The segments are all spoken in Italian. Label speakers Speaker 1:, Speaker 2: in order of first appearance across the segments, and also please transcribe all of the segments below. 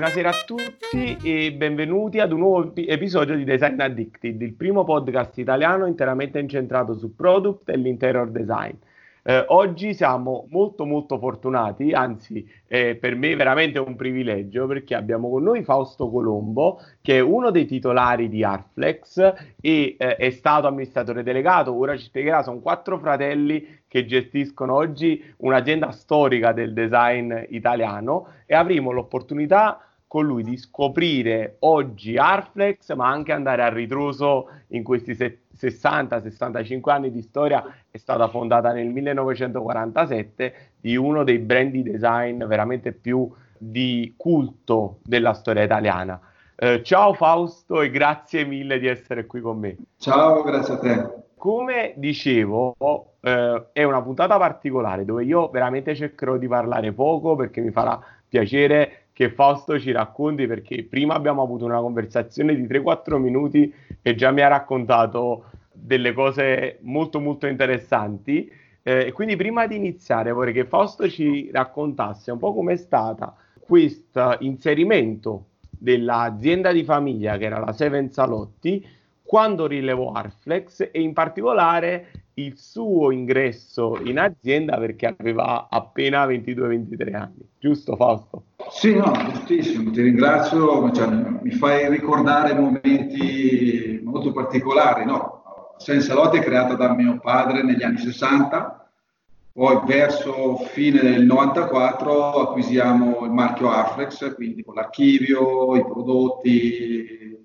Speaker 1: Buonasera a tutti e benvenuti ad un nuovo episodio di Design Addicted, il primo podcast italiano interamente incentrato su product e l'interior design. Oggi siamo molto fortunati, anzi per me è veramente un privilegio perché abbiamo con noi Fausto Colombo, che è uno dei titolari di Arflex e è stato amministratore delegato. Ora ci spiegherà, sono 4 fratelli che gestiscono oggi un'azienda storica del design italiano e avremo l'opportunità con lui di scoprire oggi Arflex, ma anche andare a ritroso in questi 60-65 anni di storia. È stata fondata nel 1947, di uno dei brand di design veramente più di culto della storia italiana. Ciao Fausto e grazie mille di essere qui con me.
Speaker 2: Ciao, grazie a te.
Speaker 1: Come dicevo, è una puntata particolare dove io veramente cercherò di parlare poco perché mi farà piacere che Fausto ci racconti, perché prima abbiamo avuto una conversazione di 3-4 minuti e già mi ha raccontato delle cose molto interessanti. Quindi prima di iniziare vorrei che Fausto ci raccontasse un po' com'è stata questo inserimento dell'azienda di famiglia che era la Seven Salotti quando rilevò Arflex e in particolare il suo ingresso in azienda, perché aveva appena 22-23 anni. Giusto Fausto?
Speaker 2: Sì, no, giustissimo, ti ringrazio, mi fai ricordare momenti molto particolari, no? Seven Salotti è creata da mio padre negli anni 60, poi verso fine del 94 acquisiamo il marchio Arflex, quindi con l'archivio, i prodotti,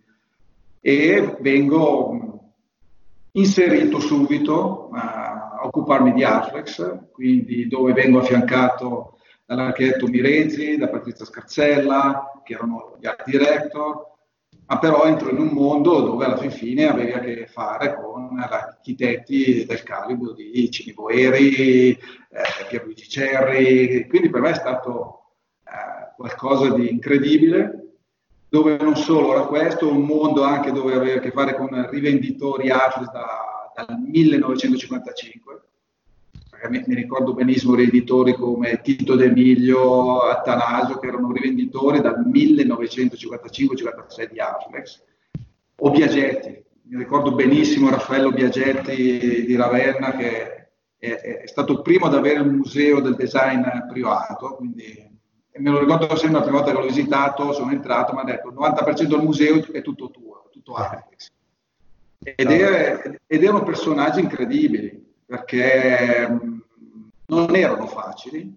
Speaker 2: e vengo inserito subito a occuparmi di Arflex, quindi dove vengo affiancato dall'architetto Mirezzi, da Patrizia Scarzella, che erano gli art director, ma però entro in un mondo dove alla fine avevi a che fare con architetti del calibro di Cini Boeri, Pierluigi Cerri, quindi per me è stato qualcosa di incredibile, dove non solo era questo, un mondo anche dove avevi a che fare con rivenditori Arflex dal 1955. Mi ricordo benissimo rivenditori come Tito D'Emilio, Attanasio, che erano rivenditori dal 1955-56 di Arflex, o Biagetti. Mi ricordo benissimo Raffaello Biagetti di Ravenna, che è stato il primo ad avere il museo del design privato, quindi me lo ricordo sempre la prima volta che l'ho visitato, sono entrato, mi ha detto il 90% del museo è tutto tuo, tutto Arflex. Ed erano personaggi incredibili, perché non erano facili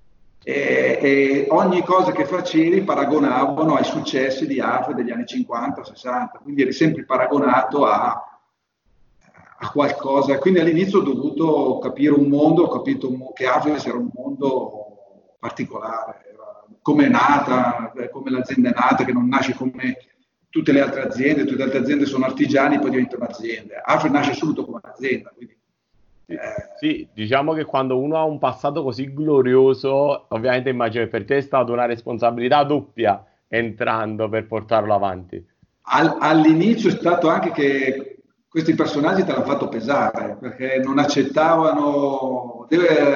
Speaker 2: e ogni cosa che facevi paragonavano ai successi di Arflex degli anni 50-60, quindi eri sempre paragonato a qualcosa. Quindi all'inizio ho dovuto capire un mondo, ho capito che Arflex era un mondo particolare, come è nata, come l'azienda è nata, che non nasce come tutte le altre aziende sono artigiani, poi diventano aziende. Arflex nasce subito come azienda, quindi
Speaker 1: sì, diciamo che quando uno ha un passato così glorioso, ovviamente immagino che per te è stata una responsabilità doppia entrando per portarlo avanti.
Speaker 2: All'inizio è stato anche che questi personaggi te l'hanno fatto pesare, perché non accettavano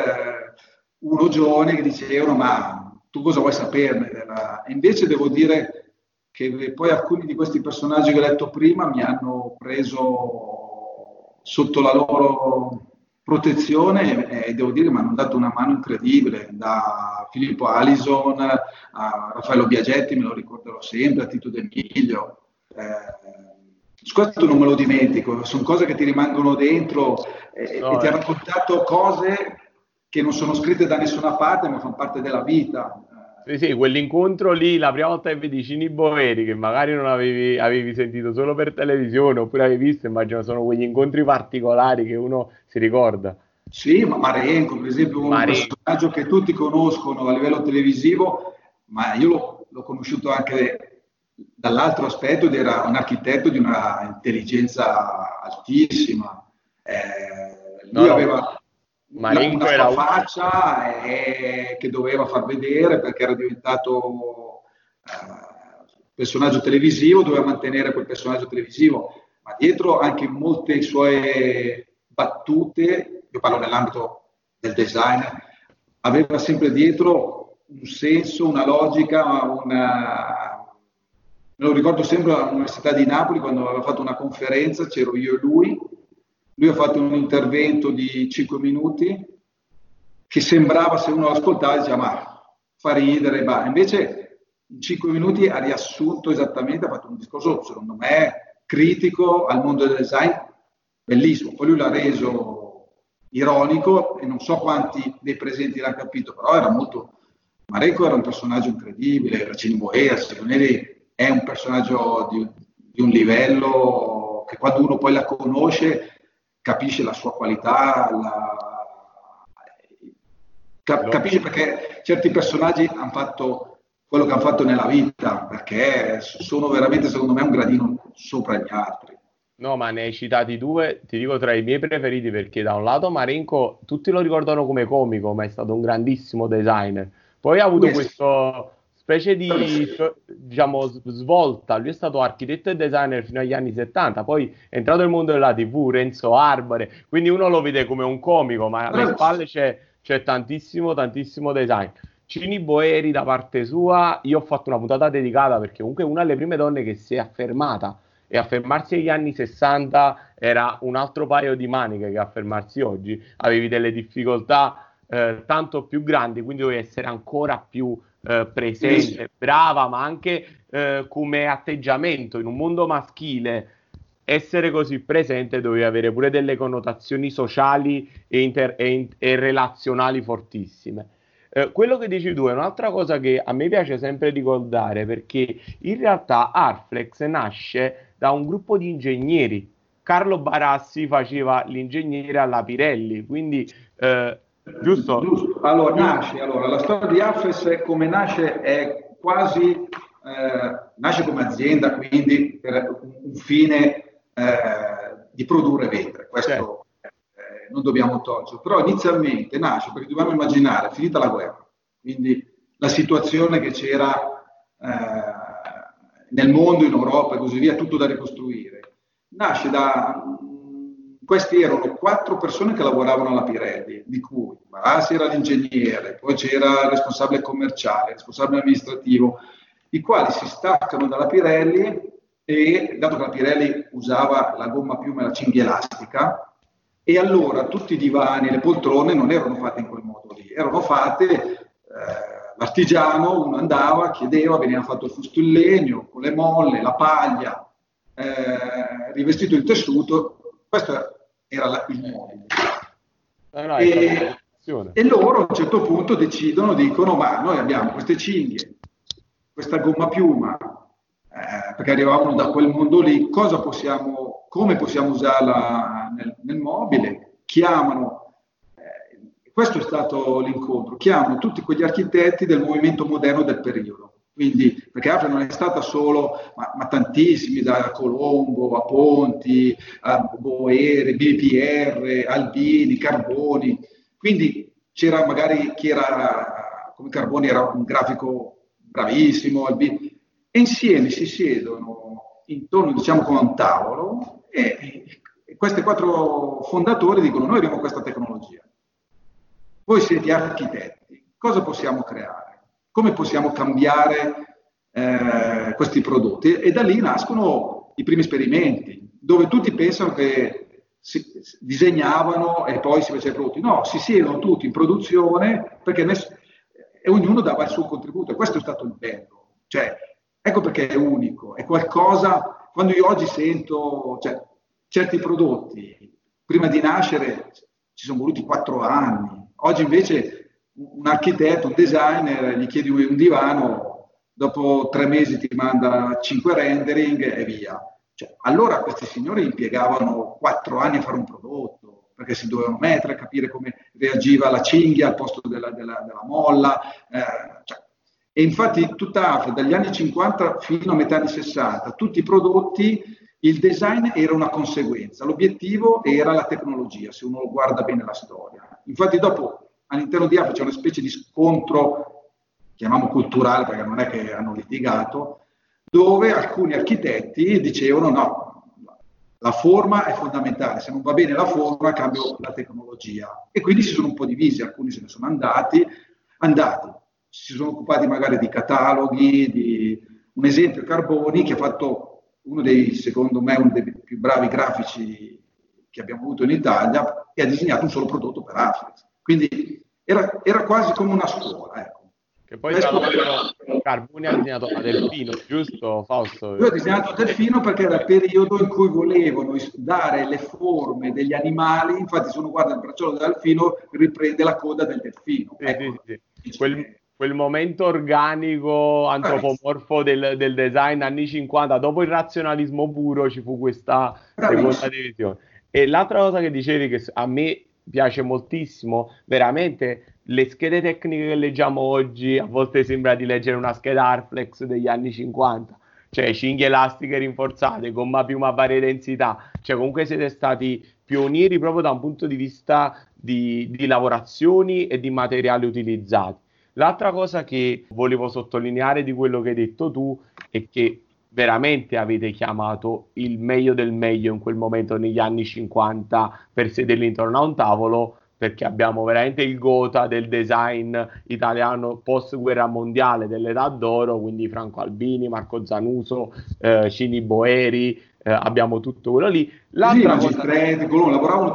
Speaker 2: uno giovane che dicevano ma tu cosa vuoi saperne? E invece devo dire che poi alcuni di questi personaggi che ho letto prima mi hanno preso sotto la loro protezione e devo dire mi hanno dato una mano incredibile, da Filippo Alison a Raffaello Biagetti, me lo ricorderò sempre, a Tito D'Emilio. Questo non me lo dimentico, sono cose che ti rimangono dentro e ti hanno raccontato cose che non sono scritte da nessuna parte ma fanno parte della vita.
Speaker 1: Sì, quell'incontro lì, la prima volta che vedi Cini Boeri, che magari non avevi sentito solo per televisione oppure avevi visto, immagino sono quegli incontri particolari che uno si ricorda.
Speaker 2: Sì, ma Marenco, per esempio, un personaggio che tutti conoscono a livello televisivo, ma io l'ho conosciuto anche dall'altro aspetto, ed era un architetto di una intelligenza altissima. Lui aveva una sua faccia che doveva far vedere perché era diventato personaggio televisivo, doveva mantenere quel personaggio televisivo, ma dietro anche molte sue battute, io parlo nell'ambito del design, aveva sempre dietro un senso, una logica, me lo ricordo sempre all'Università di Napoli quando aveva fatto una conferenza, c'ero io e lui ha fatto un intervento di 5 minuti che sembrava, se uno l'ascoltava, diceva ma fa ridere, ma invece in 5 minuti ha riassunto esattamente, ha fatto un discorso secondo me critico al mondo del design, bellissimo, poi lui l'ha reso ironico e non so quanti dei presenti l'hanno capito, però era molto... Marenco era un personaggio incredibile, Racine Boea, Simonelli è un personaggio di un livello che quando uno poi la conosce capisce la sua qualità, capisce perché certi personaggi hanno fatto quello che hanno fatto nella vita, perché sono veramente secondo me un gradino sopra gli altri.
Speaker 1: No, ma ne hai citati due, ti dico tra i miei preferiti, perché da un lato Marenco tutti lo ricordano come comico, ma è stato un grandissimo designer. Poi ha avuto questo specie di, diciamo, svolta. Lui è stato architetto e designer fino agli anni 70, poi è entrato nel mondo della TV, Renzo Arbore, quindi uno lo vede come un comico, ma alle spalle c'è tantissimo design. Cini Boeri da parte sua, io ho fatto una puntata dedicata perché comunque è una delle prime donne che si è affermata, e affermarsi negli anni 60 era un altro paio di maniche che affermarsi oggi. Avevi delle difficoltà tanto più grandi, quindi dovevi essere ancora più presente, brava, ma anche come atteggiamento in un mondo maschile. Essere così presente dovevi avere pure delle connotazioni sociali e relazionali fortissime. Quello che dici tu è un'altra cosa che a me piace sempre ricordare, perché in realtà Arflex nasce da un gruppo di ingegneri. Carlo Barassi faceva l'ingegnere alla Pirelli, quindi giusto?
Speaker 2: Allora, la storia di Arflex come nasce è quasi, nasce come azienda, quindi per un fine di produrre e vendere, questo non dobbiamo togliere, però inizialmente nasce perché dobbiamo immaginare, finita la guerra, quindi la situazione che c'era nel mondo, in Europa e così via, tutto da ricostruire, nasce da... Questi erano 4 persone che lavoravano alla Pirelli, di cui Barassi era l'ingegnere, poi c'era il responsabile commerciale, il responsabile amministrativo, i quali si staccano dalla Pirelli e, dato che la Pirelli usava la gomma piuma e la cinghia elastica, e allora tutti i divani, le poltrone non erano fatte in quel modo lì, erano fatte, l'artigiano, uno andava, chiedeva, veniva fatto il fusto in legno, con le molle, la paglia, rivestito in tessuto, questo era il mobile. E loro a un certo punto decidono, dicono, ma noi abbiamo queste cinghie, questa gomma piuma, perché arrivavano da quel mondo lì, come possiamo usarla nel mobile? Chiamano, questo è stato l'incontro, chiamano tutti quegli architetti del movimento moderno del periodo. Quindi, perché Afra non è stata solo, ma tantissimi, da Colombo a Ponti, a Boeri, BPR, Albini, Carboni. Quindi c'era magari chi era, come Carboni era un grafico bravissimo, Albini, e insieme si siedono intorno, diciamo, con un tavolo e questi 4 fondatori dicono: noi abbiamo questa tecnologia, voi siete architetti, cosa possiamo creare? Come possiamo cambiare questi prodotti? E da lì nascono i primi esperimenti, dove tutti pensano che si disegnavano e poi si faceva i prodotti. No, si siedono tutti in produzione perché e ognuno dava il suo contributo, e questo è stato il bello. Cioè, ecco perché è unico, è qualcosa, quando io oggi sento certi prodotti, prima di nascere ci sono voluti 4 anni, oggi invece un architetto, un designer, gli chiedi un divano, dopo 3 mesi ti manda 5 rendering e via. Allora questi signori impiegavano 4 anni a fare un prodotto, perché si dovevano mettere a capire come reagiva la cinghia al posto della molla. E infatti dagli anni 50 fino a metà anni 60, tutti i prodotti, il design era una conseguenza, l'obiettivo era la tecnologia, se uno guarda bene la storia. Infatti dopo all'interno di Afra c'è una specie di scontro, chiamiamo culturale perché non è che hanno litigato, dove alcuni architetti dicevano no, la forma è fondamentale, se non va bene la forma cambio la tecnologia. E quindi si sono un po' divisi, alcuni se ne sono andati. si sono occupati magari di cataloghi, un esempio Carboni, che ha fatto secondo me, uno dei più bravi grafici che abbiamo avuto in Italia, e ha disegnato un solo prodotto per Afflex. Quindi era quasi come una scuola, ecco.
Speaker 1: Che poi tra l'altro Carboni ha disegnato la Delfino, giusto Fausto?
Speaker 2: Io ho disegnato Delfino perché era il periodo in cui volevano dare le forme degli animali, infatti se uno guarda il bracciolo del delfino riprende la coda del delfino.
Speaker 1: Sì,
Speaker 2: ecco.
Speaker 1: sì. Quel momento organico, antropomorfo del design anni 50, dopo il razionalismo puro ci fu questa seconda divisione. E l'altra cosa che dicevi che a me piace moltissimo, veramente le schede tecniche che leggiamo oggi, a volte sembra di leggere una scheda Arflex degli anni 50, cioè cinghie elastiche rinforzate, gomma piuma a varie densità, cioè comunque siete stati pionieri proprio da un punto di vista di lavorazioni e di materiali utilizzati. L'altra cosa che volevo sottolineare di quello che hai detto tu è che veramente avete chiamato il meglio del meglio in quel momento negli anni 50 per sederli intorno a un tavolo, perché abbiamo veramente il gotha del design italiano post guerra mondiale dell'età d'oro, quindi Franco Albini, Marco Zanuso, Cini Boeri, abbiamo tutto quello lì.
Speaker 2: L'altra cosa, lavoravano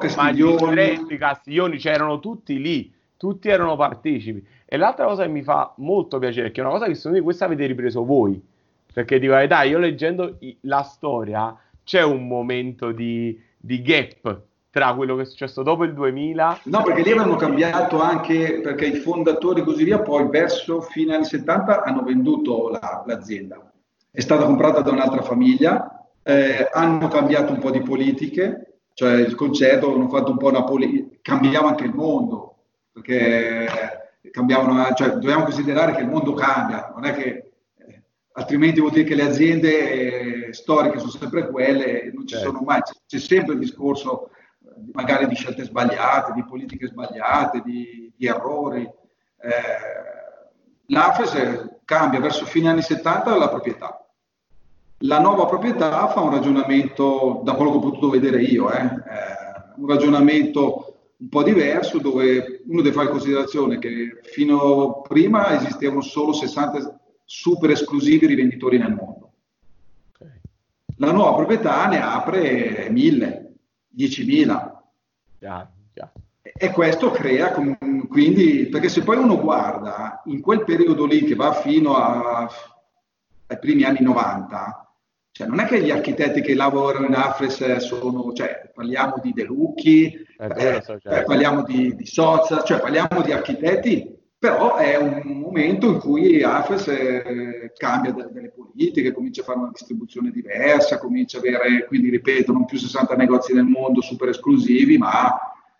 Speaker 1: Castiglioni, c'erano tutti lì, tutti erano partecipi. E l'altra cosa che mi fa molto piacere, che è una cosa che secondo me questa avete ripreso voi, perché dico la verità, io leggendo la storia c'è un momento di gap tra quello che è successo dopo il 2000.
Speaker 2: No, perché lì avevano cambiato anche, perché i fondatori e così via poi verso fine anni 70 hanno venduto l'azienda. È stata comprata da un'altra famiglia, hanno cambiato un po' di politiche, cioè il concetto, hanno fatto un po' cambiava anche il mondo, perché cambiavano, cioè dobbiamo considerare che il mondo cambia, non è che altrimenti vuol dire che le aziende storiche sono sempre quelle, non ci sono mai, c'è sempre il discorso magari di scelte sbagliate, di politiche sbagliate, di errori. L'AFES cambia verso fine anni 70 la proprietà. La nuova proprietà fa un ragionamento, da quello che ho potuto vedere io, un ragionamento un po' diverso, dove uno deve fare considerazione che fino prima esistevano solo 60 super esclusivi rivenditori nel mondo. La nuova proprietà ne apre 1000, 10.000. E questo crea quindi, perché se poi uno guarda in quel periodo lì che va fino ai primi anni 90, cioè non è che gli architetti che lavorano in Affles sono, cioè parliamo di De Lucchi, parliamo di Sozza, cioè parliamo di architetti, però è un momento in cui Affles cambia delle politiche, comincia a fare una distribuzione diversa, comincia a avere, quindi ripeto, non più 60 negozi nel mondo super esclusivi, ma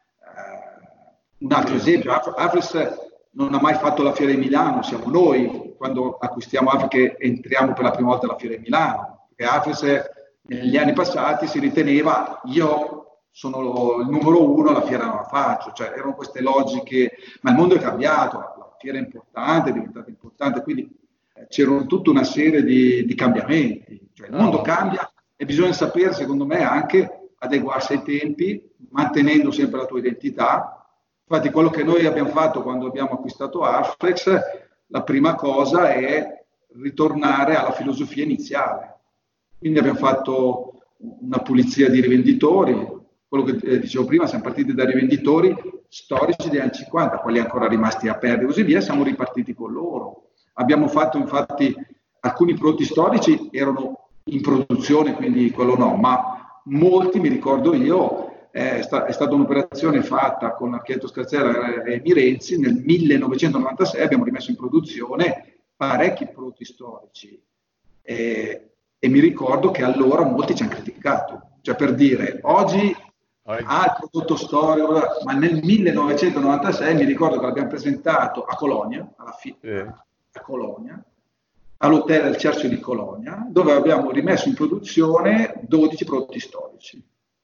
Speaker 2: un altro esempio, Affles non ha mai fatto la Fiera di Milano, siamo noi quando acquistiamo Affles che entriamo per la prima volta alla Fiera di Milano, perché Affles negli anni passati si riteneva io sono il numero uno, la fiera non la faccio, cioè erano queste logiche, ma il mondo è cambiato, la fiera è importante, è diventata importante, quindi c'erano tutta una serie di cambiamenti, cioè il mondo cambia e bisogna sapere, secondo me, anche adeguarsi ai tempi, mantenendo sempre la tua identità. Infatti quello che noi abbiamo fatto quando abbiamo acquistato Afflex, la prima cosa è ritornare alla filosofia iniziale. Quindi abbiamo fatto una pulizia di rivenditori, quello che dicevo prima, siamo partiti dai rivenditori storici degli anni 50, quelli ancora rimasti aperti e così via, siamo ripartiti con loro. Abbiamo fatto infatti alcuni prodotti storici erano in produzione, quindi quello no, ma molti, mi ricordo io, è stata un'operazione fatta con l'architetto Scazzera e Mirenzi, nel 1996 abbiamo rimesso in produzione parecchi prodotti storici e mi ricordo che allora molti ci hanno criticato, cioè per dire, oggi il prodotto storico, ma nel 1996 mi ricordo che l'abbiamo presentato a Colonia, a Colonia, all'hotel del Cercio di Colonia, dove abbiamo rimesso in produzione 12 prodotti storici.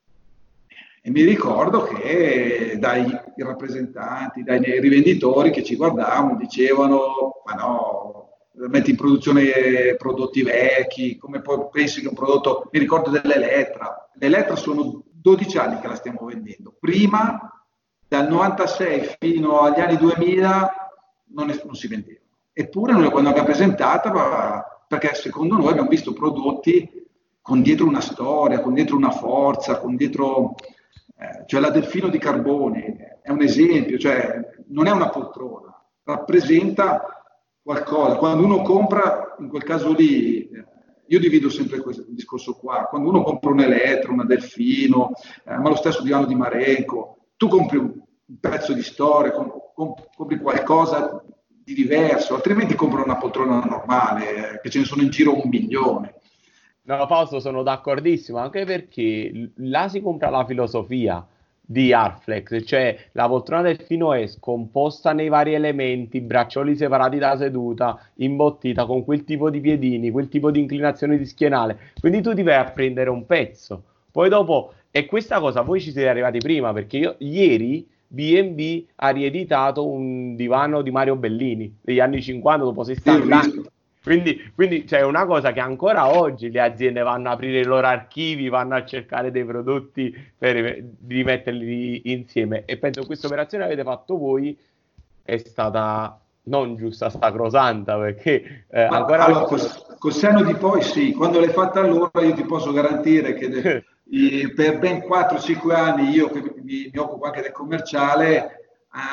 Speaker 2: E mi ricordo che dai rappresentanti, dai rivenditori che ci guardavano dicevano, ma no, metti in produzione prodotti vecchi, come poi pensi che un prodotto, mi ricordo dell'Elettra, l'Elettra sono 12 anni che la stiamo vendendo, prima dal 96 fino agli anni 2000 non si vendeva, Eppure noi quando l'abbiamo presentata, perché secondo noi abbiamo visto prodotti con dietro una storia, con dietro una forza, con dietro, cioè la Delfino di Carbone è un esempio, cioè non è una poltrona, rappresenta qualcosa. Quando uno compra, in quel caso lì, io divido sempre questo discorso qua, quando uno compra un Elettro, una Delfino, ma lo stesso divano di Marenco, tu compri un pezzo di storia, compri qualcosa di diverso, altrimenti compri una poltrona normale, che ce ne sono in giro 1 milione.
Speaker 1: No, Fausto, sono d'accordissimo, anche perché là si compra la filosofia di Arflex, cioè la poltrona del fino è scomposta nei vari elementi, braccioli separati da seduta, imbottita con quel tipo di piedini, quel tipo di inclinazione di schienale, quindi tu ti vai a prendere un pezzo, poi dopo, e questa cosa voi ci siete arrivati prima, perché io ieri B&B ha rieditato un divano di Mario Bellini degli anni 50 dopo 60 anni. Quindi c'è una cosa che ancora oggi le aziende vanno a aprire i loro archivi, vanno a cercare dei prodotti per rimetterli insieme. E penso che questa operazione che avete fatto voi è stata non giusta, sacrosanta, perché ancora
Speaker 2: allora,
Speaker 1: oggi...
Speaker 2: col senno di poi sì, quando l'hai fatta allora io ti posso garantire che per ben 4-5 anni io che mi occupo anche del commerciale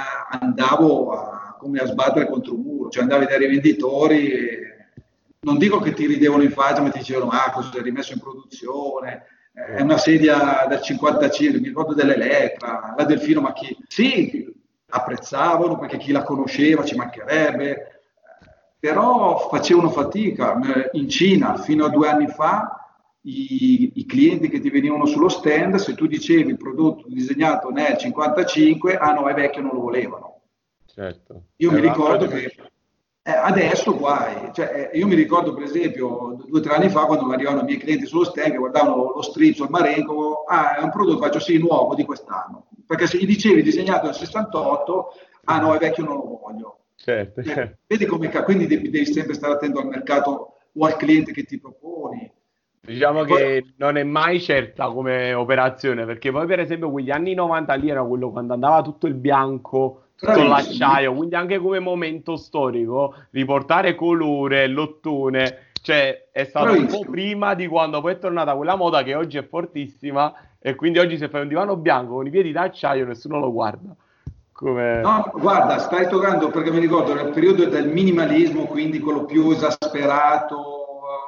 Speaker 2: andavo come a sbattere contro un muro, cioè andavo dai rivenditori non dico che ti ridevano in faccia, ma ti dicevano cosa hai rimesso in produzione, è una sedia del 55, mi ricordo dell'Elettra, la Delfino, ma chi? Sì, apprezzavano perché chi la conosceva ci mancherebbe, però facevano fatica. In Cina, fino a 2 anni fa, i clienti che ti venivano sullo stand, se tu dicevi il prodotto disegnato nel 55, no, è vecchio, non lo volevano.
Speaker 1: Certo.
Speaker 2: Io mi ricordo che adesso guai, cioè, io mi ricordo per esempio 2 o 3 anni fa quando mi arrivavano i miei clienti sullo stand che guardavano lo strip o il Marenco, è un prodotto, faccio sì, nuovo di quest'anno, perché se gli dicevi disegnato nel 68, no, è vecchio, non lo voglio.
Speaker 1: Certo.
Speaker 2: Vedi come, quindi devi sempre stare attento al mercato o al cliente che ti proponi.
Speaker 1: Diciamo che non è mai certa come operazione, perché poi per esempio quegli anni 90 lì era quello quando andava tutto il bianco, tutto l'acciaio, quindi anche come momento storico riportare colore, l'ottone, cioè è stato un po' prima di quando poi è tornata quella moda che oggi è fortissima e quindi oggi se fai un divano bianco con i piedi d'acciaio nessuno lo guarda.
Speaker 2: No, guarda, stai toccando perché mi ricordo nel periodo del minimalismo, quindi quello più esasperato,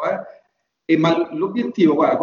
Speaker 2: ma l'obiettivo, guarda,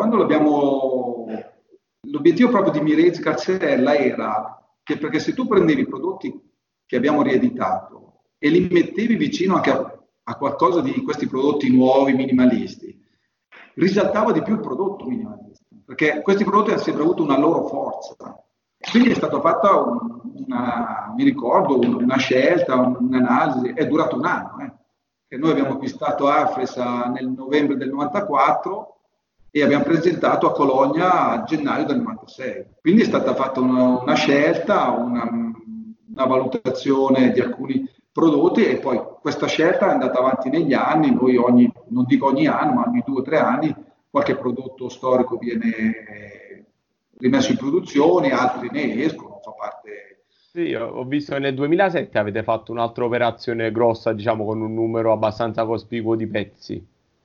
Speaker 2: l'obiettivo proprio di Mirez Cazzarella era che perché se tu prendevi i prodotti che abbiamo rieditato e li mettevi vicino anche a qualcosa di questi prodotti nuovi, minimalisti, risaltava di più il prodotto minimalista, perché questi prodotti hanno sempre avuto una loro forza. Quindi è stata fatta mi ricordo, una scelta, un'analisi, è durato un anno. Che noi abbiamo acquistato Arfles nel novembre del 94 e abbiamo presentato a Cologna a gennaio del 96. Quindi è stata fatta una scelta, una valutazione di alcuni prodotti e poi questa scelta è andata avanti negli anni, noi non dico ogni anno, ma ogni 2 o 3 anni qualche prodotto storico viene rimesso in produzione, altri ne escono, fa parte...
Speaker 1: Sì, ho visto che nel 2007 avete fatto un'altra operazione grossa, diciamo, con un numero abbastanza cospicuo di pezzi.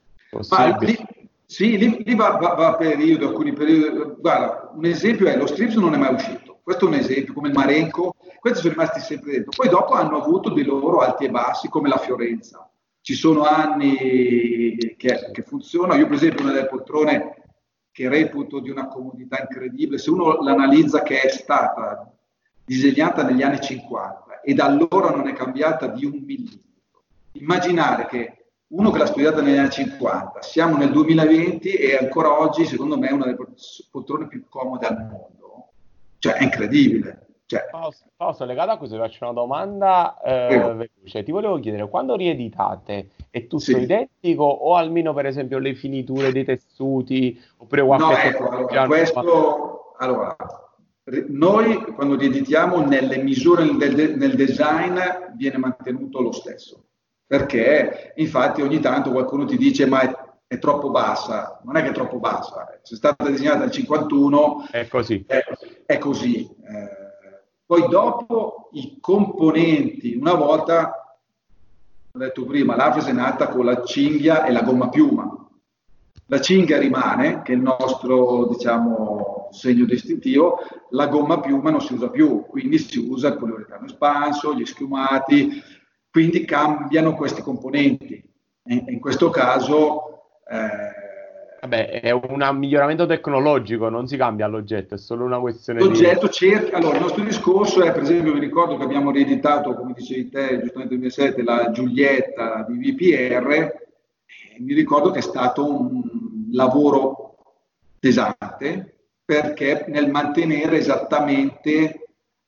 Speaker 2: Lì va periodi, alcuni periodi. Guarda, un esempio è lo Strips non è mai uscito. Questo è un esempio, come il Marenco. Questi sono rimasti sempre dentro. Poi dopo hanno avuto dei loro alti e bassi, come la Fiorenza. Ci sono anni che funzionano. Io per esempio una delle poltrone che reputo di una comodità incredibile, se uno l'analizza che è stata disegnata negli anni 50 e da allora non è cambiata di 1 millimetro. Immaginare che uno che l'ha studiata negli anni 50, siamo nel 2020 e ancora oggi secondo me è una delle poltrone più comode al mondo. Cioè è incredibile.
Speaker 1: Fausto, legato a questo, ti faccio una domanda veloce. Ti volevo chiedere, quando rieditate è tutto identico o almeno per esempio le finiture dei tessuti oppure qualche...
Speaker 2: Allora, noi quando rieditiamo nelle misure nel design viene mantenuto lo stesso, perché infatti ogni tanto qualcuno ti dice ma è troppo bassa, non è che è troppo bassa, se è stata disegnata nel 51
Speaker 1: è così.
Speaker 2: È così. Poi dopo i componenti, una volta ho detto prima, l'Afres è nata con la cinghia e la gomma piuma. La cinghia rimane, che è il nostro, diciamo, segno distintivo, la gomma piuma non si usa più, quindi si usa il poliuretano espanso, gli schiumati, quindi cambiano questi componenti. In questo caso...
Speaker 1: Vabbè, è un miglioramento tecnologico, non si cambia l'oggetto, è solo una questione
Speaker 2: l'oggetto cerca, allora il nostro discorso è, per esempio, mi ricordo che abbiamo rieditato, come dicevi te, giustamente nel 2007, la Giulietta di VPR, e mi ricordo che è stato un lavoro pesante, perché nel mantenere esattamente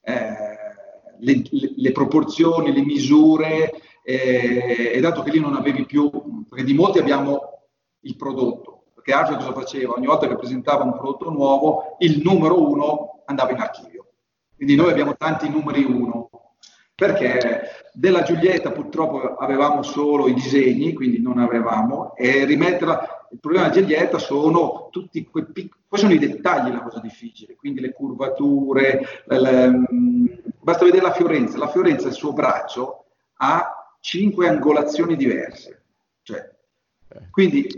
Speaker 2: le proporzioni, le misure, e dato che lì non avevi più, perché di molti abbiamo il prodotto, perché Alfred cosa faceva? Ogni volta che presentava un prodotto nuovo, il numero 1 andava in archivio. Quindi noi abbiamo tanti numeri 1, perché della Giulietta purtroppo avevamo solo i disegni, quindi non avevamo, e rimetterla, il problema della Giulietta sono tutti quei piccoli, poi sono i dettagli la cosa difficile, quindi le curvature, basta vedere la Fiorenza, il suo braccio ha 5 angolazioni diverse, cioè, quindi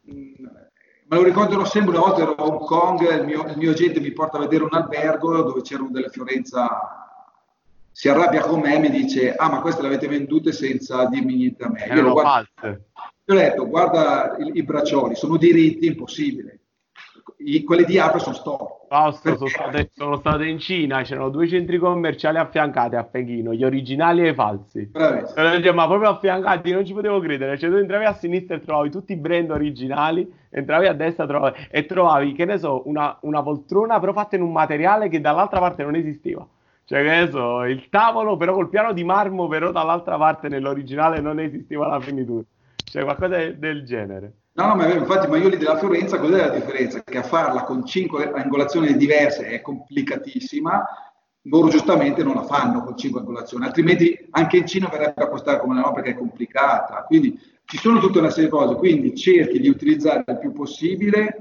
Speaker 2: me lo ricorderò sempre. Una volta ero a Hong Kong, il mio agente mi porta a vedere un albergo dove c'erano delle Fiorenza, si arrabbia con me e mi dice: ah, ma queste le avete vendute senza dirmi niente a me. Io
Speaker 1: erano false.
Speaker 2: Io ho detto: guarda i braccioli, sono diritti, impossibile. Quelli di Apple sono storti.
Speaker 1: Fausto, sono state in Cina, c'erano 2 centri commerciali affiancati a Pechino, gli originali e i falsi. Ma proprio affiancati, non ci potevo credere. Cioè, tu entravi a sinistra e trovavi tutti i brand originali, entravi a destra e trovavi, che ne so, una poltrona però fatta in un materiale che dall'altra parte non esisteva. Cioè, che ne so, il tavolo però col piano di marmo, però dall'altra parte nell'originale non esisteva la finitura. Cioè, qualcosa del genere.
Speaker 2: No, ma infatti, ma io lì della Fiorenza, cos'è la differenza? Che a farla con 5 angolazioni diverse è complicatissima, loro giustamente non la fanno con 5 angolazioni, altrimenti anche in Cina verrebbe a costare come la no, perché è complicata. Quindi ci sono tutta una serie di cose, quindi cerchi di utilizzare il più possibile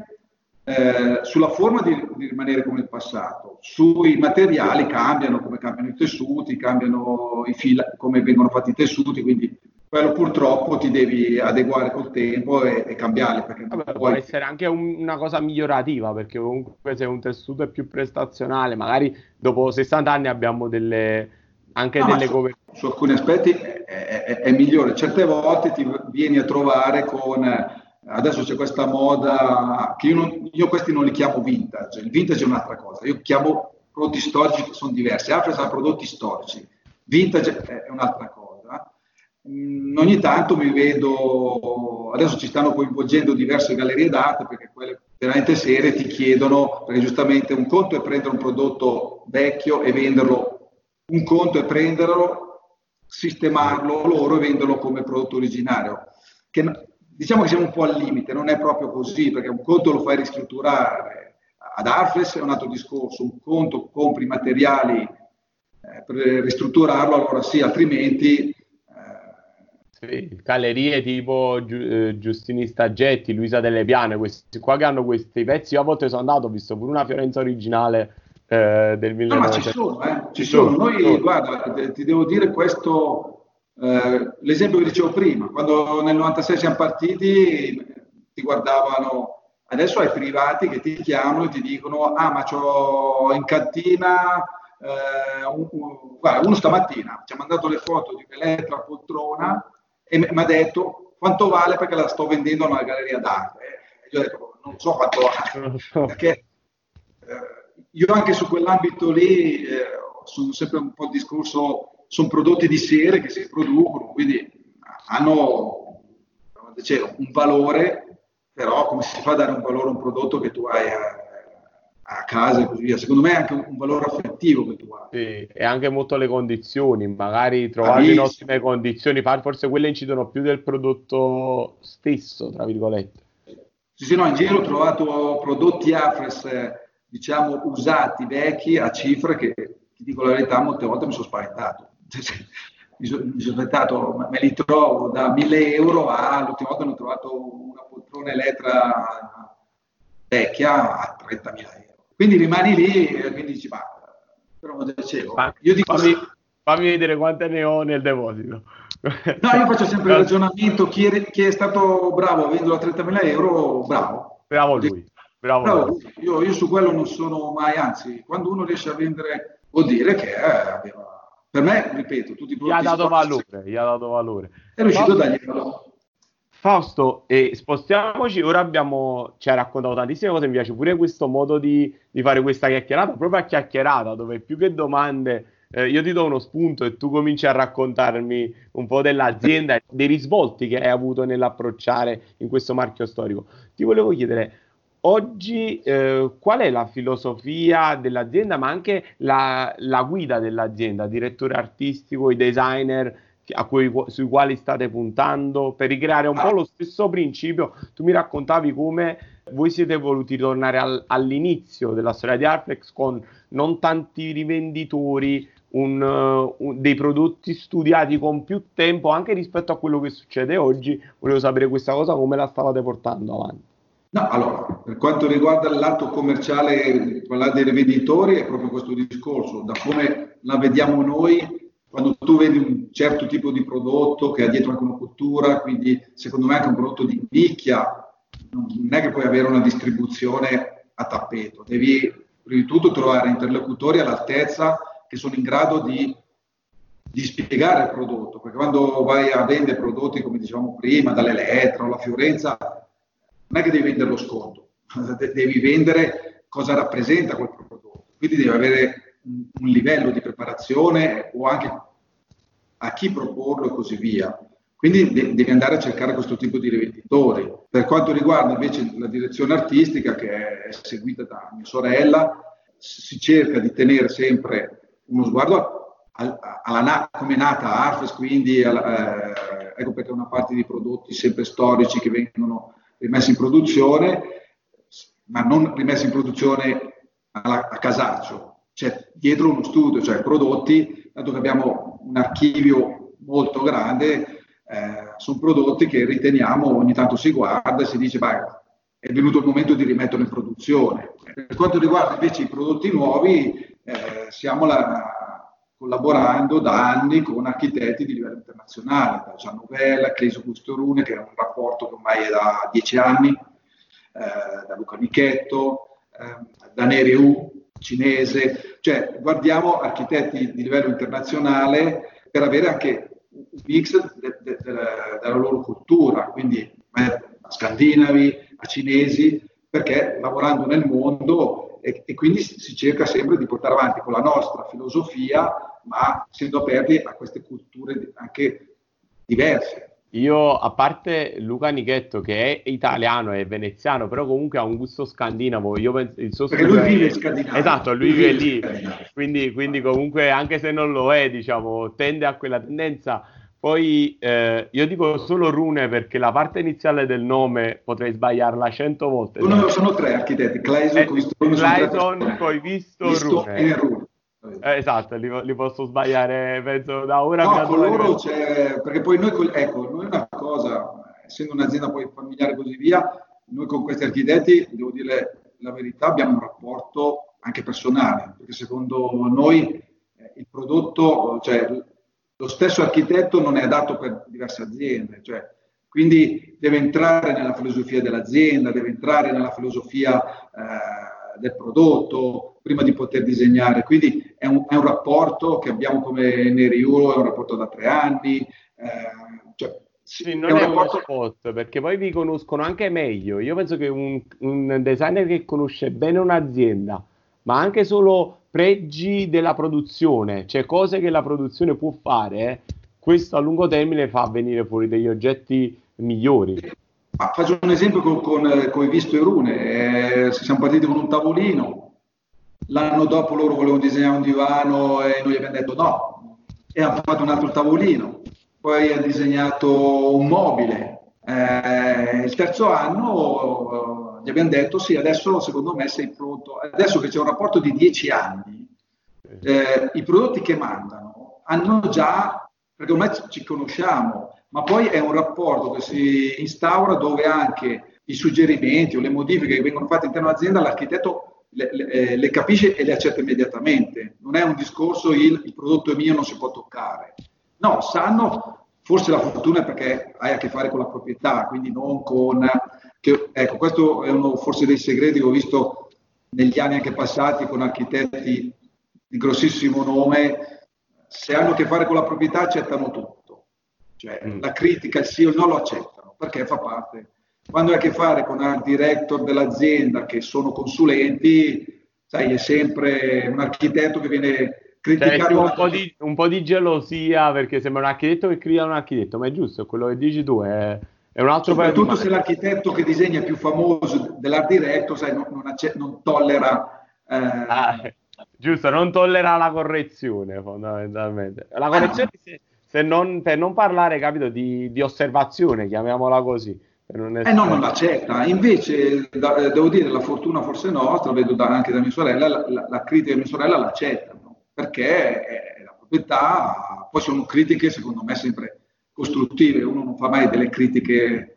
Speaker 2: sulla forma di rimanere come il passato, sui materiali cambiano, come cambiano i tessuti, cambiano i fili, come vengono fatti i tessuti, quindi quello purtroppo ti devi adeguare col tempo e cambiarli. Perché
Speaker 1: può essere anche una cosa migliorativa, perché comunque se un tessuto è più prestazionale, magari dopo 60 anni abbiamo delle coperture.
Speaker 2: Su alcuni aspetti è migliore. Certe volte ti vieni a trovare con... Adesso c'è questa moda che io questi non li chiamo vintage. Il vintage è un'altra cosa. Io chiamo prodotti storici che sono diversi. Altri sono prodotti storici. Vintage è un'altra cosa. Ogni tanto mi vedo, adesso ci stanno coinvolgendo diverse gallerie d'arte, perché quelle veramente serie ti chiedono, perché giustamente un conto è prendere un prodotto vecchio e venderlo, un conto è prenderlo, sistemarlo loro e venderlo come prodotto originario. Diciamo che siamo un po' al limite, non è proprio così, perché un conto lo fai ristrutturare. Ad Arfles è un altro discorso, un conto compri materiali per ristrutturarlo, allora sì, altrimenti...
Speaker 1: Sì, gallerie tipo Giustini Staggetti, Luisa Delle Piane, questi qua che hanno questi pezzi. Io a volte sono andato, ho visto pure una Fiorenza originale del 1900.
Speaker 2: No, ma ci sono. Noi, guarda, ti devo dire questo... l'esempio che dicevo prima, quando nel 96 siamo partiti ti guardavano, adesso hai privati che ti chiamano e ti dicono: ah, ma c'ho in cantina guarda, uno stamattina ci ha mandato le foto di un'Elettra poltrona e mi ha detto quanto vale, perché la sto vendendo a una galleria d'arte. Io ho detto: non so quanto vale, perché io anche su quell'ambito lì sono sempre un po' il discorso. Sono prodotti di serie che si producono, quindi hanno un valore, però come si fa a dare un valore a un prodotto che tu hai a casa e così via? Secondo me è anche un valore affettivo che tu hai.
Speaker 1: Sì, e anche molto le condizioni, magari trovarle in ottime condizioni, forse quelle incidono più del prodotto stesso, tra virgolette.
Speaker 2: Sì, no, in giro ho trovato prodotti Afres, diciamo, usati, vecchi, a cifre che, ti dico la verità, molte volte mi sono spaventato. Mi sono aspettato, me li trovo da 1.000 euro l'ultima volta ne ho trovato una poltrona Elettra vecchia a 30.000 euro. Quindi rimani lì e quindi dici: ma però dicevo, io dico
Speaker 1: fammi vedere quante ne ho nel deposito.
Speaker 2: No, io faccio sempre il ragionamento, chi è stato bravo a venderlo a 30.000 euro, bravo.
Speaker 1: Bravo lui, bravo
Speaker 2: Bravo,
Speaker 1: lui.
Speaker 2: io su quello non sono mai, anzi, quando uno riesce a vendere vuol dire che per me, ripeto, tutti i
Speaker 1: Gli ha
Speaker 2: prodotti
Speaker 1: dato
Speaker 2: storici
Speaker 1: valore, gli ha dato valore.
Speaker 2: è riuscito a dargli valore.
Speaker 1: Fausto, spostiamoci, ora ci hai raccontato tantissime cose, mi piace pure questo modo di fare questa chiacchierata, proprio a chiacchierata, dove più che domande io ti do uno spunto e tu cominci a raccontarmi un po' dell'azienda e dei risvolti che hai avuto nell'approcciare in questo marchio storico. Ti volevo chiedere, oggi qual è la filosofia dell'azienda, ma anche la guida dell'azienda, direttore artistico, i designer sui quali state puntando per ricreare un po' lo stesso principio. Tu mi raccontavi come voi siete voluti tornare all'inizio della storia di Arflex con non tanti rivenditori, dei prodotti studiati con più tempo anche rispetto a quello che succede oggi. Volevo sapere questa cosa, come la stavate portando avanti.
Speaker 2: No, allora, per quanto riguarda il lato commerciale, quello dei rivenditori, è proprio questo discorso, da come la vediamo noi. Quando tu vedi un certo tipo di prodotto che ha dietro anche una cultura, quindi secondo me anche un prodotto di nicchia, non è che puoi avere una distribuzione a tappeto, devi prima di tutto trovare interlocutori all'altezza che sono in grado di spiegare il prodotto, perché quando vai a vendere prodotti, come dicevamo prima, dall'Elettra alla Fiorenza, non è che devi vendere lo sconto, devi vendere cosa rappresenta quel prodotto, quindi devi avere un livello di preparazione o anche a chi proporlo e così via. Quindi devi andare a cercare questo tipo di rivenditori. Per quanto riguarda invece la direzione artistica, che è seguita da mia sorella, si cerca di tenere sempre uno sguardo come è nata Arfes, quindi ecco perché una parte di prodotti sempre storici che vengono rimessi in produzione, ma non rimessi in produzione a casaccio. C'è dietro uno studio, cioè prodotti, dato che abbiamo un archivio molto grande, sono prodotti che riteniamo, ogni tanto si guarda e si dice, è venuto il momento di rimetterlo in produzione. Per quanto riguarda invece i prodotti nuovi, stiamo collaborando da anni con architetti di livello internazionale, da Giannovella, Cleso Custorune, che è un rapporto che ormai è da 10 anni, da Luca Nichetto, da Neriu, cinese, cioè guardiamo architetti di livello internazionale per avere anche un mix della loro cultura, quindi a scandinavi, a cinesi, perché lavorando nel mondo e quindi si cerca sempre di portare avanti con la nostra filosofia, ma essendo aperti a queste culture anche diverse.
Speaker 1: Io, a parte Luca Nichetto, che è italiano e veneziano, però comunque ha un gusto scandinavo. Io penso, il suo
Speaker 2: perché lui vive in Scandinavia.
Speaker 1: Esatto, lui vive lì. Quindi comunque, anche se non lo è, diciamo, tende a quella tendenza. Poi io dico solo Rune perché la parte iniziale del nome potrei sbagliarla 100 volte.
Speaker 2: Sono tre architetti, Clayson,
Speaker 1: poi Visto
Speaker 2: e Rune.
Speaker 1: Esatto, li posso sbagliare, penso da ora
Speaker 2: no, con loro c'è, perché poi noi una cosa, essendo un'azienda poi familiare e così via, noi con questi architetti, devo dire la verità, abbiamo un rapporto anche personale, perché secondo noi il prodotto, cioè lo stesso architetto non è adatto per diverse aziende, cioè, quindi deve entrare nella filosofia dell'azienda, deve entrare nella filosofia del prodotto prima di poter disegnare, quindi è un rapporto che abbiamo come Neriulo, è un rapporto da 3 anni,
Speaker 1: sì, non è uno spot, perché poi vi conoscono anche meglio. Io penso che un designer che conosce bene un'azienda, ma anche solo pregi della produzione, cioè cose che la produzione può fare, questo a lungo termine fa venire fuori degli oggetti migliori.
Speaker 2: Faccio un esempio con i Visto e Rune. Siamo partiti con un tavolino, l'anno dopo loro volevano disegnare un divano e noi abbiamo detto no, e hanno fatto un altro tavolino, poi ha disegnato un mobile. Il terzo anno gli abbiamo detto sì, adesso secondo me sei pronto, adesso che c'è un rapporto di 10 anni, i prodotti che mandano hanno già, perché ormai ci conosciamo, ma poi è un rapporto che si instaura dove anche i suggerimenti o le modifiche che vengono fatte all'interno dell'azienda, l'architetto le capisce e le accetta immediatamente. Non è un discorso il prodotto è mio, non si può toccare. No, sanno, forse la fortuna è perché hai a che fare con la proprietà, quindi non con... ecco, questo è uno forse dei segreti che ho visto negli anni anche passati con architetti di grossissimo nome. Se hanno a che fare con la proprietà accettano tutto. Cioè, la critica, il sì o il no lo accettano, perché fa parte. Quando hai a che fare con art director dell'azienda che sono consulenti, sai, è sempre un architetto che viene criticato.
Speaker 1: Cioè, un po' di gelosia, perché sembra un architetto che cria un architetto, ma è giusto, quello che dici tu, è un altro paio di
Speaker 2: soprattutto se l'architetto che disegna è più famoso dell'art director, sai, non tollera...
Speaker 1: giusto, non tollera la correzione, fondamentalmente. La correzione, per non parlare, capito, di osservazione, chiamiamola così.
Speaker 2: Non l'accetta. Invece, devo dire, la fortuna forse nostra, vedo anche da mia sorella, la critica di mia sorella l'accettano, perché è la proprietà, poi sono critiche secondo me sempre costruttive, uno non fa mai delle critiche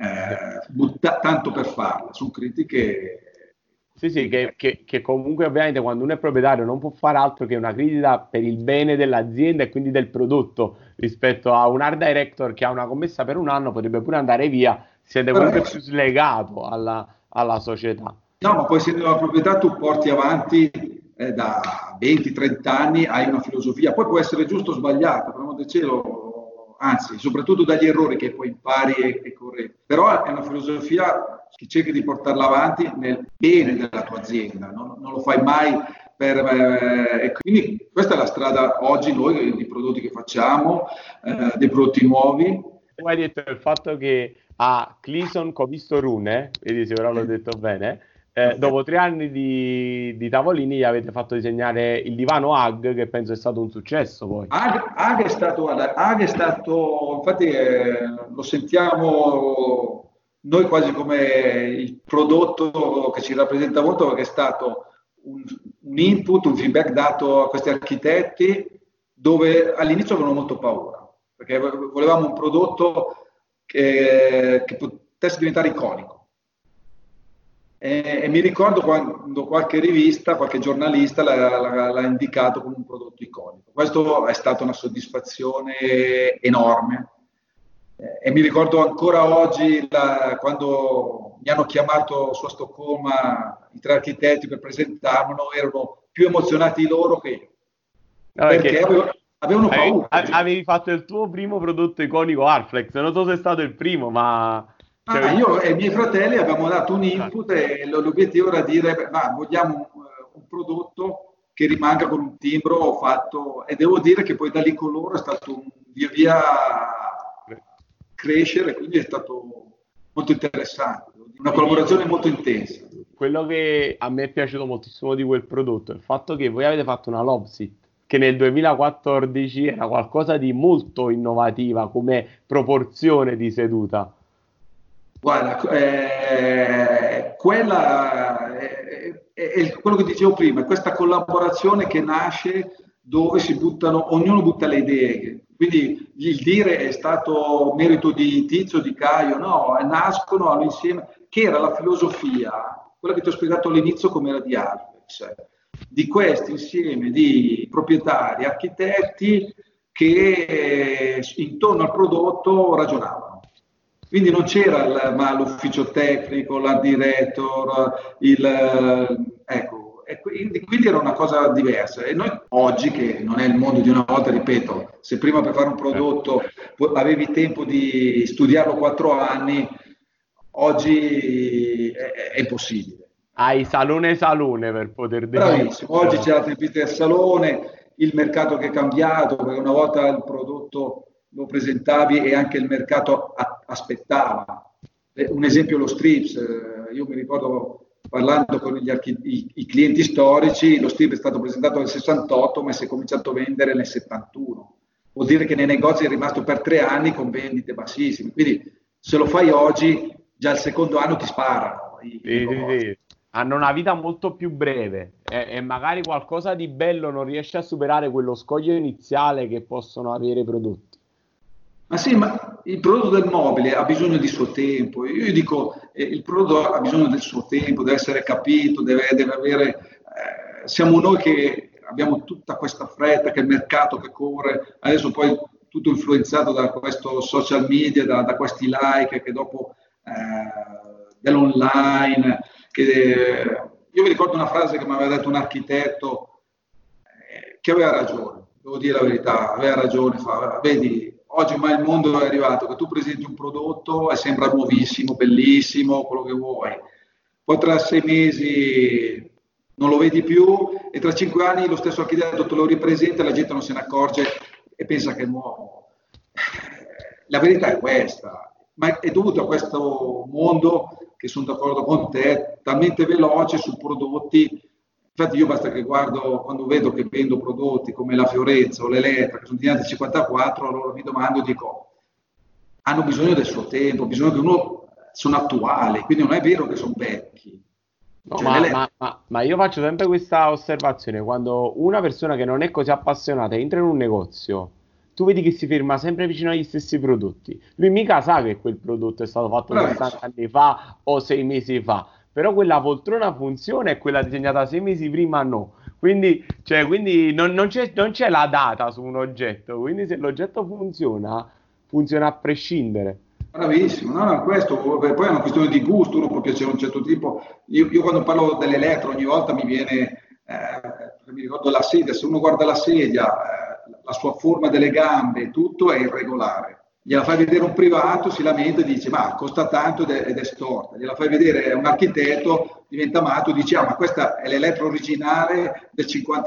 Speaker 2: tanto per farle, sono critiche...
Speaker 1: Sì, che comunque ovviamente quando uno è proprietario non può fare altro che una critica per il bene dell'azienda e quindi del prodotto, rispetto a un art director che ha una commessa per un anno, potrebbe pure andare via, siete comunque più slegato alla società.
Speaker 2: No, ma poi essendo una proprietà tu porti avanti da 20-30 anni, hai una filosofia, poi può essere giusto o sbagliata, per amor del cielo, anzi, soprattutto dagli errori che poi impari e correggi. Però è una filosofia che cerchi di portarla avanti nel bene della tua azienda, non lo fai mai e quindi questa è la strada oggi noi di prodotti che facciamo, dei prodotti nuovi.
Speaker 1: Tu hai detto il fatto che a Cleason Covisto Rune, vedi se ora l'ho detto bene, dopo 3 anni di tavolini gli avete fatto disegnare il divano Hug, che penso è stato un successo poi.
Speaker 2: Hug è stato, infatti lo sentiamo noi quasi come il prodotto che ci rappresenta molto, perché è stato un input, un feedback dato a questi architetti dove all'inizio avevano molto paura, perché volevamo un prodotto che potesse diventare iconico. E mi ricordo quando qualche rivista, qualche giornalista l'ha indicato come un prodotto iconico. Questo è stata una soddisfazione enorme. E mi ricordo ancora oggi quando mi hanno chiamato su a Stoccolma i 3 architetti per presentarmelo, erano più emozionati loro che io. Perché avevano paura.
Speaker 1: Avevi fatto il tuo primo prodotto iconico Arflex, non so se è stato il primo, ma...
Speaker 2: io e i miei fratelli abbiamo dato un input e l'obiettivo era dire, ma vogliamo un prodotto che rimanga con un timbro fatto, e devo dire che poi da lì con loro è stato via via crescere, quindi è stato molto interessante, una collaborazione molto intensa.
Speaker 1: Quello che a me è piaciuto moltissimo di quel prodotto è il fatto che voi avete fatto una love seat, che nel 2014 era qualcosa di molto innovativa come proporzione di seduta.
Speaker 2: Guarda, quella è quello che dicevo prima, questa collaborazione che nasce dove ognuno butta le idee. Quindi il dire è stato merito di Tizio, di Caio, no, nascono insieme, che era la filosofia, quella che ti ho spiegato all'inizio come era di Arflex, di questi insieme di proprietari, architetti che intorno al prodotto ragionavano. Quindi non c'era l'ufficio tecnico, l'art director, ecco, e quindi era una cosa diversa. E noi oggi, che non è il mondo di una volta, ripeto, se prima per fare un prodotto avevi tempo di studiarlo 4 anni, oggi è impossibile.
Speaker 1: Hai salone per poter
Speaker 2: Bravissimo, oggi c'è la tempistica del salone, il mercato che è cambiato, perché una volta il prodotto lo presentavi e anche il mercato aspettava. Un esempio, lo Strips, io mi ricordo parlando con i clienti storici, lo Strip è stato presentato nel 68 ma si è cominciato a vendere nel 71. Vuol dire che nei negozi è rimasto per 3 anni con vendite bassissime, quindi se lo fai oggi già il secondo anno ti sparano.
Speaker 1: Sì. Hanno una vita molto più breve e magari qualcosa di bello non riesce a superare quello scoglio iniziale che possono avere i prodotti.
Speaker 2: Ma sì, ma il prodotto del mobile ha bisogno di suo tempo. Io dico, il prodotto ha bisogno del suo tempo, deve essere capito, deve avere... siamo noi che abbiamo tutta questa fretta, che il mercato che corre, adesso poi tutto influenzato da questo social media, da questi like, che dopo dell'online. Io mi ricordo una frase che mi aveva detto un architetto che aveva ragione, devo dire la verità, aveva ragione, vedi, oggi ormai il mondo è arrivato che tu presenti un prodotto e sembra nuovissimo, bellissimo, quello che vuoi. Poi tra 6 mesi non lo vedi più e tra 5 anni lo stesso architetto te lo ripresenta e la gente non se ne accorge e pensa che è nuovo. La verità è questa, ma è dovuto a questo mondo, che sono d'accordo con te, talmente veloce su prodotti. Infatti io basta che guardo, quando vedo che vendo prodotti come la Fiorenza o l'Elettra, che sono di anni 54, allora mi domando, dico, hanno bisogno del suo tempo, bisogno che uno, sono attuali, quindi non è vero che sono vecchi.
Speaker 1: No,
Speaker 2: Cioè,
Speaker 1: ma io faccio sempre questa osservazione, quando una persona che non è così appassionata entra in un negozio, tu vedi che si ferma sempre vicino agli stessi prodotti. Lui mica sa che quel prodotto è stato fatto
Speaker 2: bravissimo.
Speaker 1: 60 anni fa o 6 mesi fa, però quella poltrona funziona e quella disegnata 6 mesi prima no. Quindi non c'è la data su un oggetto, quindi se l'oggetto funziona, funziona a prescindere.
Speaker 2: Bravissimo, no, no, questo poi è una questione di gusto, uno può piacere un certo tipo. Io quando parlo dell'elettro ogni volta mi viene, mi ricordo la sedia, se uno guarda la sedia, la sua forma delle gambe, tutto è irregolare. Gliela fai vedere un privato, si lamenta e dice ma costa tanto ed è storta. Gliela fai vedere un architetto, diventa matto, dice ma questa è l'elettro originale del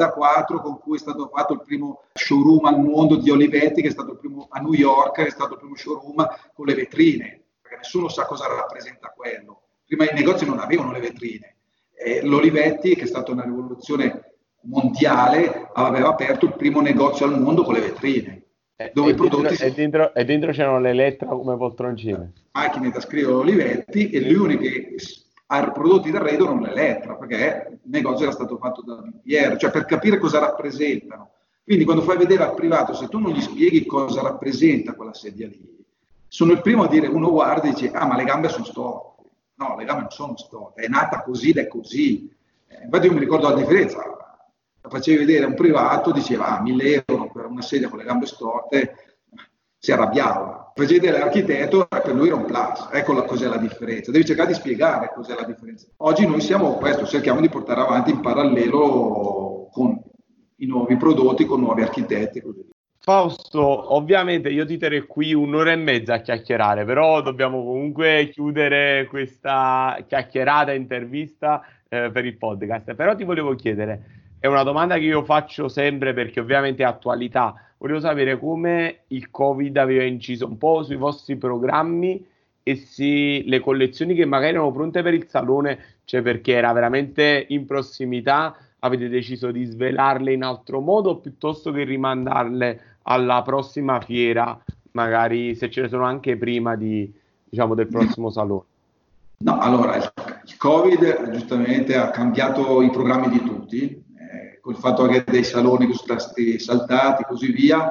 Speaker 2: 54 con cui è stato fatto il primo showroom al mondo di Olivetti, che è stato il primo a New York, è stato il primo showroom con le vetrine, perché nessuno sa cosa rappresenta quello. Prima i negozi non avevano le vetrine. L'Olivetti, che è stata una rivoluzione mondiale, aveva aperto il primo negozio al mondo con le vetrine. Dove i prodotti
Speaker 1: E dentro c'erano le lettere come poltroncine.
Speaker 2: macchine da scrivere Olivetti e gli unici prodotti d'arredo non l'Elettra, perché il negozio era stato fatto da Bipiero, cioè per capire cosa rappresentano. Quindi quando fai vedere al privato, se tu non gli spieghi cosa rappresenta quella sedia lì, sono il primo a dire, uno guarda e dice, ah ma le gambe sono storte. No, le gambe non sono storte, è nata così ed è così. Infatti io mi ricordo la differenza, la facevi vedere a un privato, diceva 1.000 euro per una sedia con le gambe storte, si arrabbiava. Facevi vedere l'architetto, per lui era un plus, ecco cos'è la differenza. Devi cercare di spiegare cos'è la differenza. Oggi noi siamo questo, cerchiamo di portare avanti in parallelo con i nuovi prodotti, con nuovi architetti. Così.
Speaker 1: Fausto, ovviamente io ti terrei qui un'ora e mezza a chiacchierare, però dobbiamo comunque chiudere questa chiacchierata intervista per il podcast. Però ti volevo chiedere, è una domanda che io faccio sempre perché ovviamente è attualità. Volevo sapere come il Covid aveva inciso un po' sui vostri programmi e se le collezioni che magari erano pronte per il salone, cioè perché era veramente in prossimità, avete deciso di svelarle in altro modo piuttosto che rimandarle alla prossima fiera, magari se ce ne sono anche prima diciamo, del prossimo salone.
Speaker 2: No, allora il Covid giustamente ha cambiato i programmi di tutti, col fatto anche dei saloni che sono stati saltati e così via,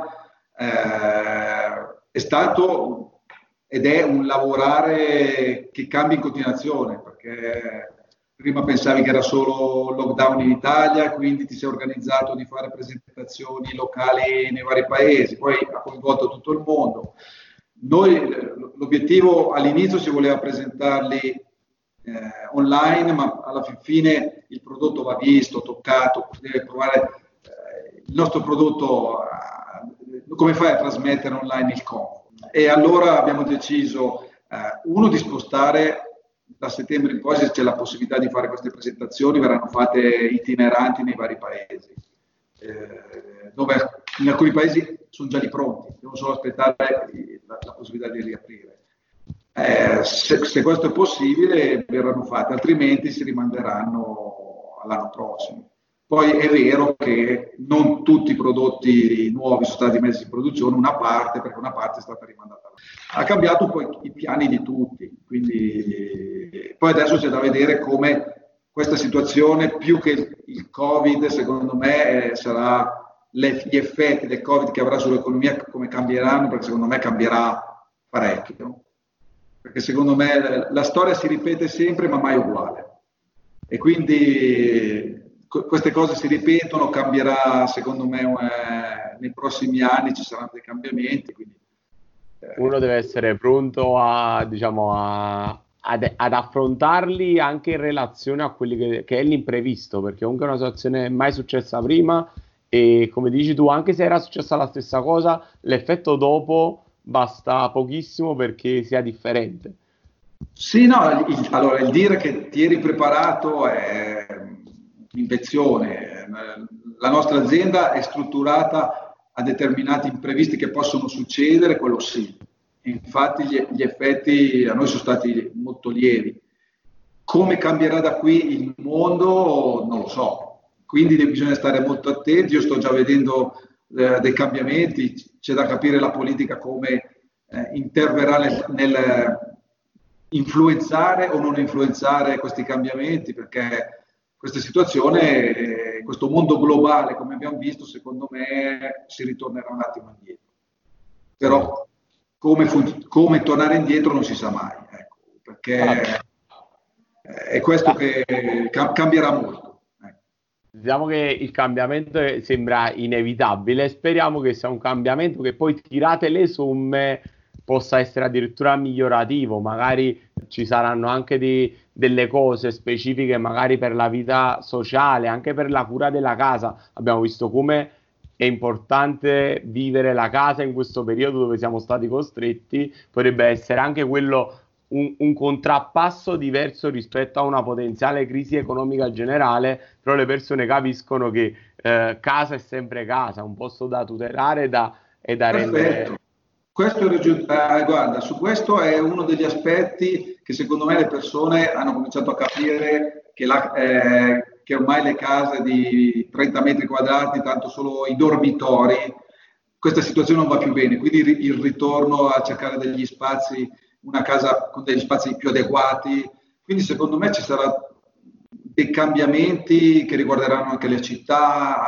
Speaker 2: è stato ed è un lavorare che cambia in continuazione, perché prima pensavi che era solo lockdown in Italia, quindi ti sei organizzato di fare presentazioni locali nei vari paesi, poi ha coinvolto tutto il mondo. Noi l'obiettivo all'inizio si voleva presentarli online, ma alla fine il prodotto va visto, toccato, deve provare il nostro prodotto, come fai a trasmettere online il comfort? E allora abbiamo deciso, uno, di spostare da settembre in poi, se c'è la possibilità di fare queste presentazioni, verranno fatte itineranti nei vari paesi, dove in alcuni paesi sono già lì pronti, devono solo aspettare la possibilità di riaprire. Se questo è possibile verranno fatte, altrimenti si rimanderanno all'anno prossimo. Poi è vero che non tutti i prodotti nuovi sono stati messi in produzione, una parte, perché una parte è stata rimandata. Ha cambiato poi i piani di tutti, quindi poi adesso c'è da vedere come questa situazione, più che il Covid, secondo me sarà gli effetti del Covid che avrà sull'economia, come cambieranno, perché secondo me cambierà parecchio. Perché secondo me la storia si ripete sempre, ma mai uguale. E quindi queste cose si ripetono, cambierà secondo me nei prossimi anni, ci saranno dei cambiamenti. Quindi,
Speaker 1: uno deve essere pronto ad affrontarli anche in relazione a quelli che è l'imprevisto, perché comunque è una situazione mai successa prima e come dici tu, anche se era successa la stessa cosa, l'effetto dopo basta pochissimo perché sia differente.
Speaker 2: sì, no, allora il dire che ti eri preparato è un'invenzione. La nostra azienda è strutturata a determinati imprevisti che possono succedere, quello sì. Infatti gli effetti a noi sono stati molto lievi. Come cambierà da qui il mondo non lo so, quindi bisogna stare molto attenti. Io sto già vedendo dei cambiamenti, c'è da capire la politica come interverrà nel influenzare o non influenzare questi cambiamenti, perché questa situazione, questo mondo globale come abbiamo visto, secondo me si ritornerà un attimo indietro. Però come tornare indietro non si sa mai, ecco, perché è questo che cambierà molto.
Speaker 1: Diciamo che il cambiamento sembra inevitabile, speriamo che sia un cambiamento che poi tirate le somme possa essere addirittura migliorativo, magari ci saranno anche delle cose specifiche magari per la vita sociale, anche per la cura della casa. Abbiamo visto come è importante vivere la casa in questo periodo dove siamo stati costretti, potrebbe essere anche quello un contrappasso diverso rispetto a una potenziale crisi economica generale, però le persone capiscono che casa è sempre casa, un posto da tutelare e da rendere.
Speaker 2: Questo guarda, su questo è uno degli aspetti che secondo me le persone hanno cominciato a capire che ormai le case di 30 metri quadrati, tanto solo i dormitori, questa situazione non va più bene, quindi il ritorno a cercare degli spazi, una casa con degli spazi più adeguati, quindi secondo me ci saranno dei cambiamenti che riguarderanno anche le città,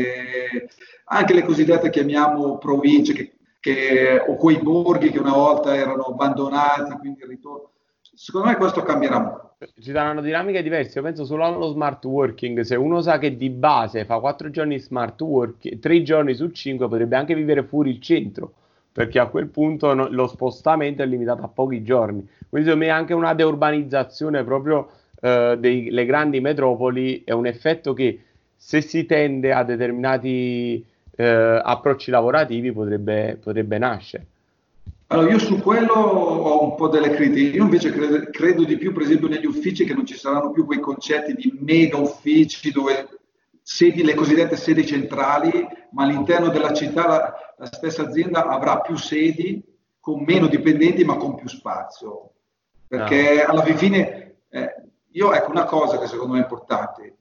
Speaker 2: anche le cosiddette chiamiamo province, o quei borghi che una volta erano abbandonati, quindi il ritorno. Secondo me questo cambierà molto.
Speaker 1: Ci saranno dinamiche diverse, io penso solo allo smart working, se uno sa che di base fa 4 giorni smart working, 3 giorni su 5 potrebbe anche vivere fuori il centro, perché a quel punto lo spostamento è limitato a pochi giorni, quindi secondo me anche una deurbanizzazione proprio delle grandi metropoli è un effetto che se si tende a determinati approcci lavorativi potrebbe nascere.
Speaker 2: Allora, io su quello ho un po' delle critiche. Io invece credo di più, per esempio, negli uffici, che non ci saranno più quei concetti di mega uffici dove le cosiddette sedi centrali, ma all'interno della città la stessa azienda avrà più sedi con meno dipendenti ma con più spazio. Perché alla fine, ecco una cosa che secondo me è importante,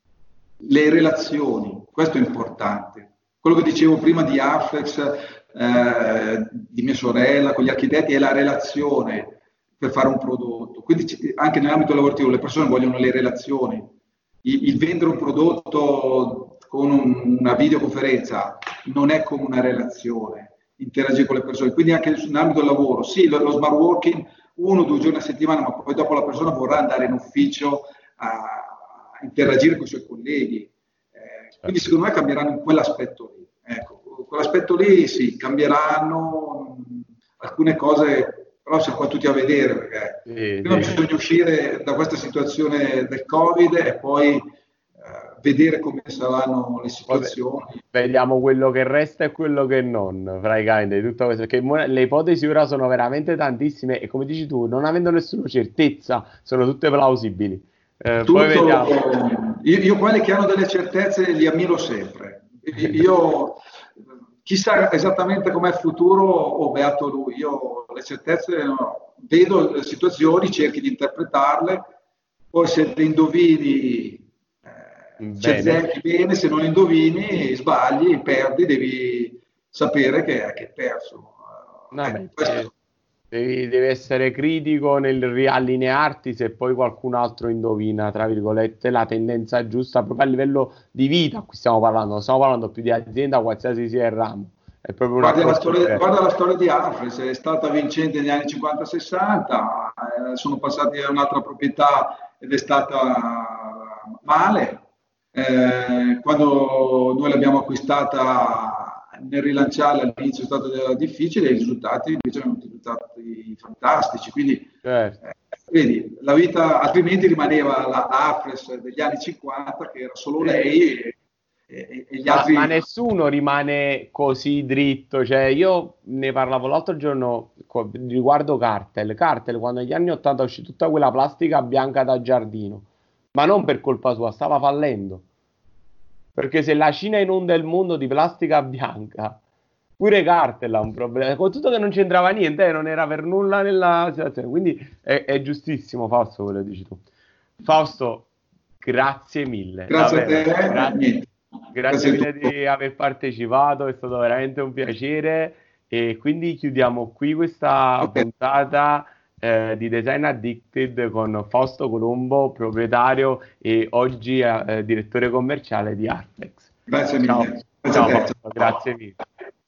Speaker 2: le relazioni, questo è importante. Quello che dicevo prima di Afflex, di mia sorella con gli architetti, è la relazione per fare un prodotto. Quindi anche nell'ambito lavorativo le persone vogliono le relazioni. Il vendere un prodotto con una videoconferenza non è come una relazione, interagire con le persone. Quindi anche nell'ambito del lavoro, sì, lo smart working 1 o 2 giorni a settimana, ma poi dopo la persona vorrà andare in ufficio a interagire con i suoi colleghi. Quindi secondo me cambieranno in quell'aspetto lì. Ecco, quell'aspetto lì sì, cambieranno alcune cose, però siamo qua tutti a vedere, perché prima bisogna uscire da questa situazione del Covid e poi vedere come saranno le situazioni.
Speaker 1: Vediamo quello che resta e quello che non, praticamente, di tutto questo, perché le ipotesi ora sono veramente tantissime e come dici tu, non avendo nessuna certezza, sono tutte plausibili. Poi vediamo.
Speaker 2: Io quelli che hanno delle certezze li ammiro sempre. Io chissà esattamente com'è il futuro, o beato lui. Io le certezze no. Vedo le situazioni, cerchi di interpretarle, poi se le indovini ci azzecchi bene, se non le indovini sbagli, perdi, devi sapere che hai perso.
Speaker 1: Devi essere critico nel riallinearti se poi qualcun altro indovina, tra virgolette, la tendenza giusta proprio a livello di vita. Qui stiamo parlando, non stiamo parlando più di azienda, qualsiasi sia il ramo. È proprio un approccio diverso.
Speaker 2: Guarda la storia di Alfred, è stata vincente negli anni 50-60, sono passati a un'altra proprietà ed è stata male. Quando noi l'abbiamo acquistata, nel rilanciarla all'inizio è stato difficile, i risultati invece sono stati fantastici. Quindi, vedi, la vita altrimenti rimaneva la Afres degli anni 50, che era solo lei e gli altri.
Speaker 1: Ma nessuno rimane così dritto. Cioè, io ne parlavo l'altro giorno riguardo Cartel. Cartel, quando negli anni 80 uscì tutta quella plastica bianca da giardino, ma non per colpa sua, stava fallendo. Perché se la Cina inonda il mondo di plastica bianca, pure Cartel ha un problema. Con tutto che non c'entrava niente, non era per nulla nella situazione. Quindi è giustissimo, Fausto, quello che dici tu. Fausto, grazie mille.
Speaker 2: Grazie
Speaker 1: davvero,
Speaker 2: a te.
Speaker 1: Grazie mille di aver partecipato, è stato veramente un piacere. E quindi chiudiamo qui questa puntata di Design Addicted con Fausto Colombo, proprietario e oggi direttore commerciale di Artex.
Speaker 2: Grazie mille.
Speaker 1: Ciao, grazie mille.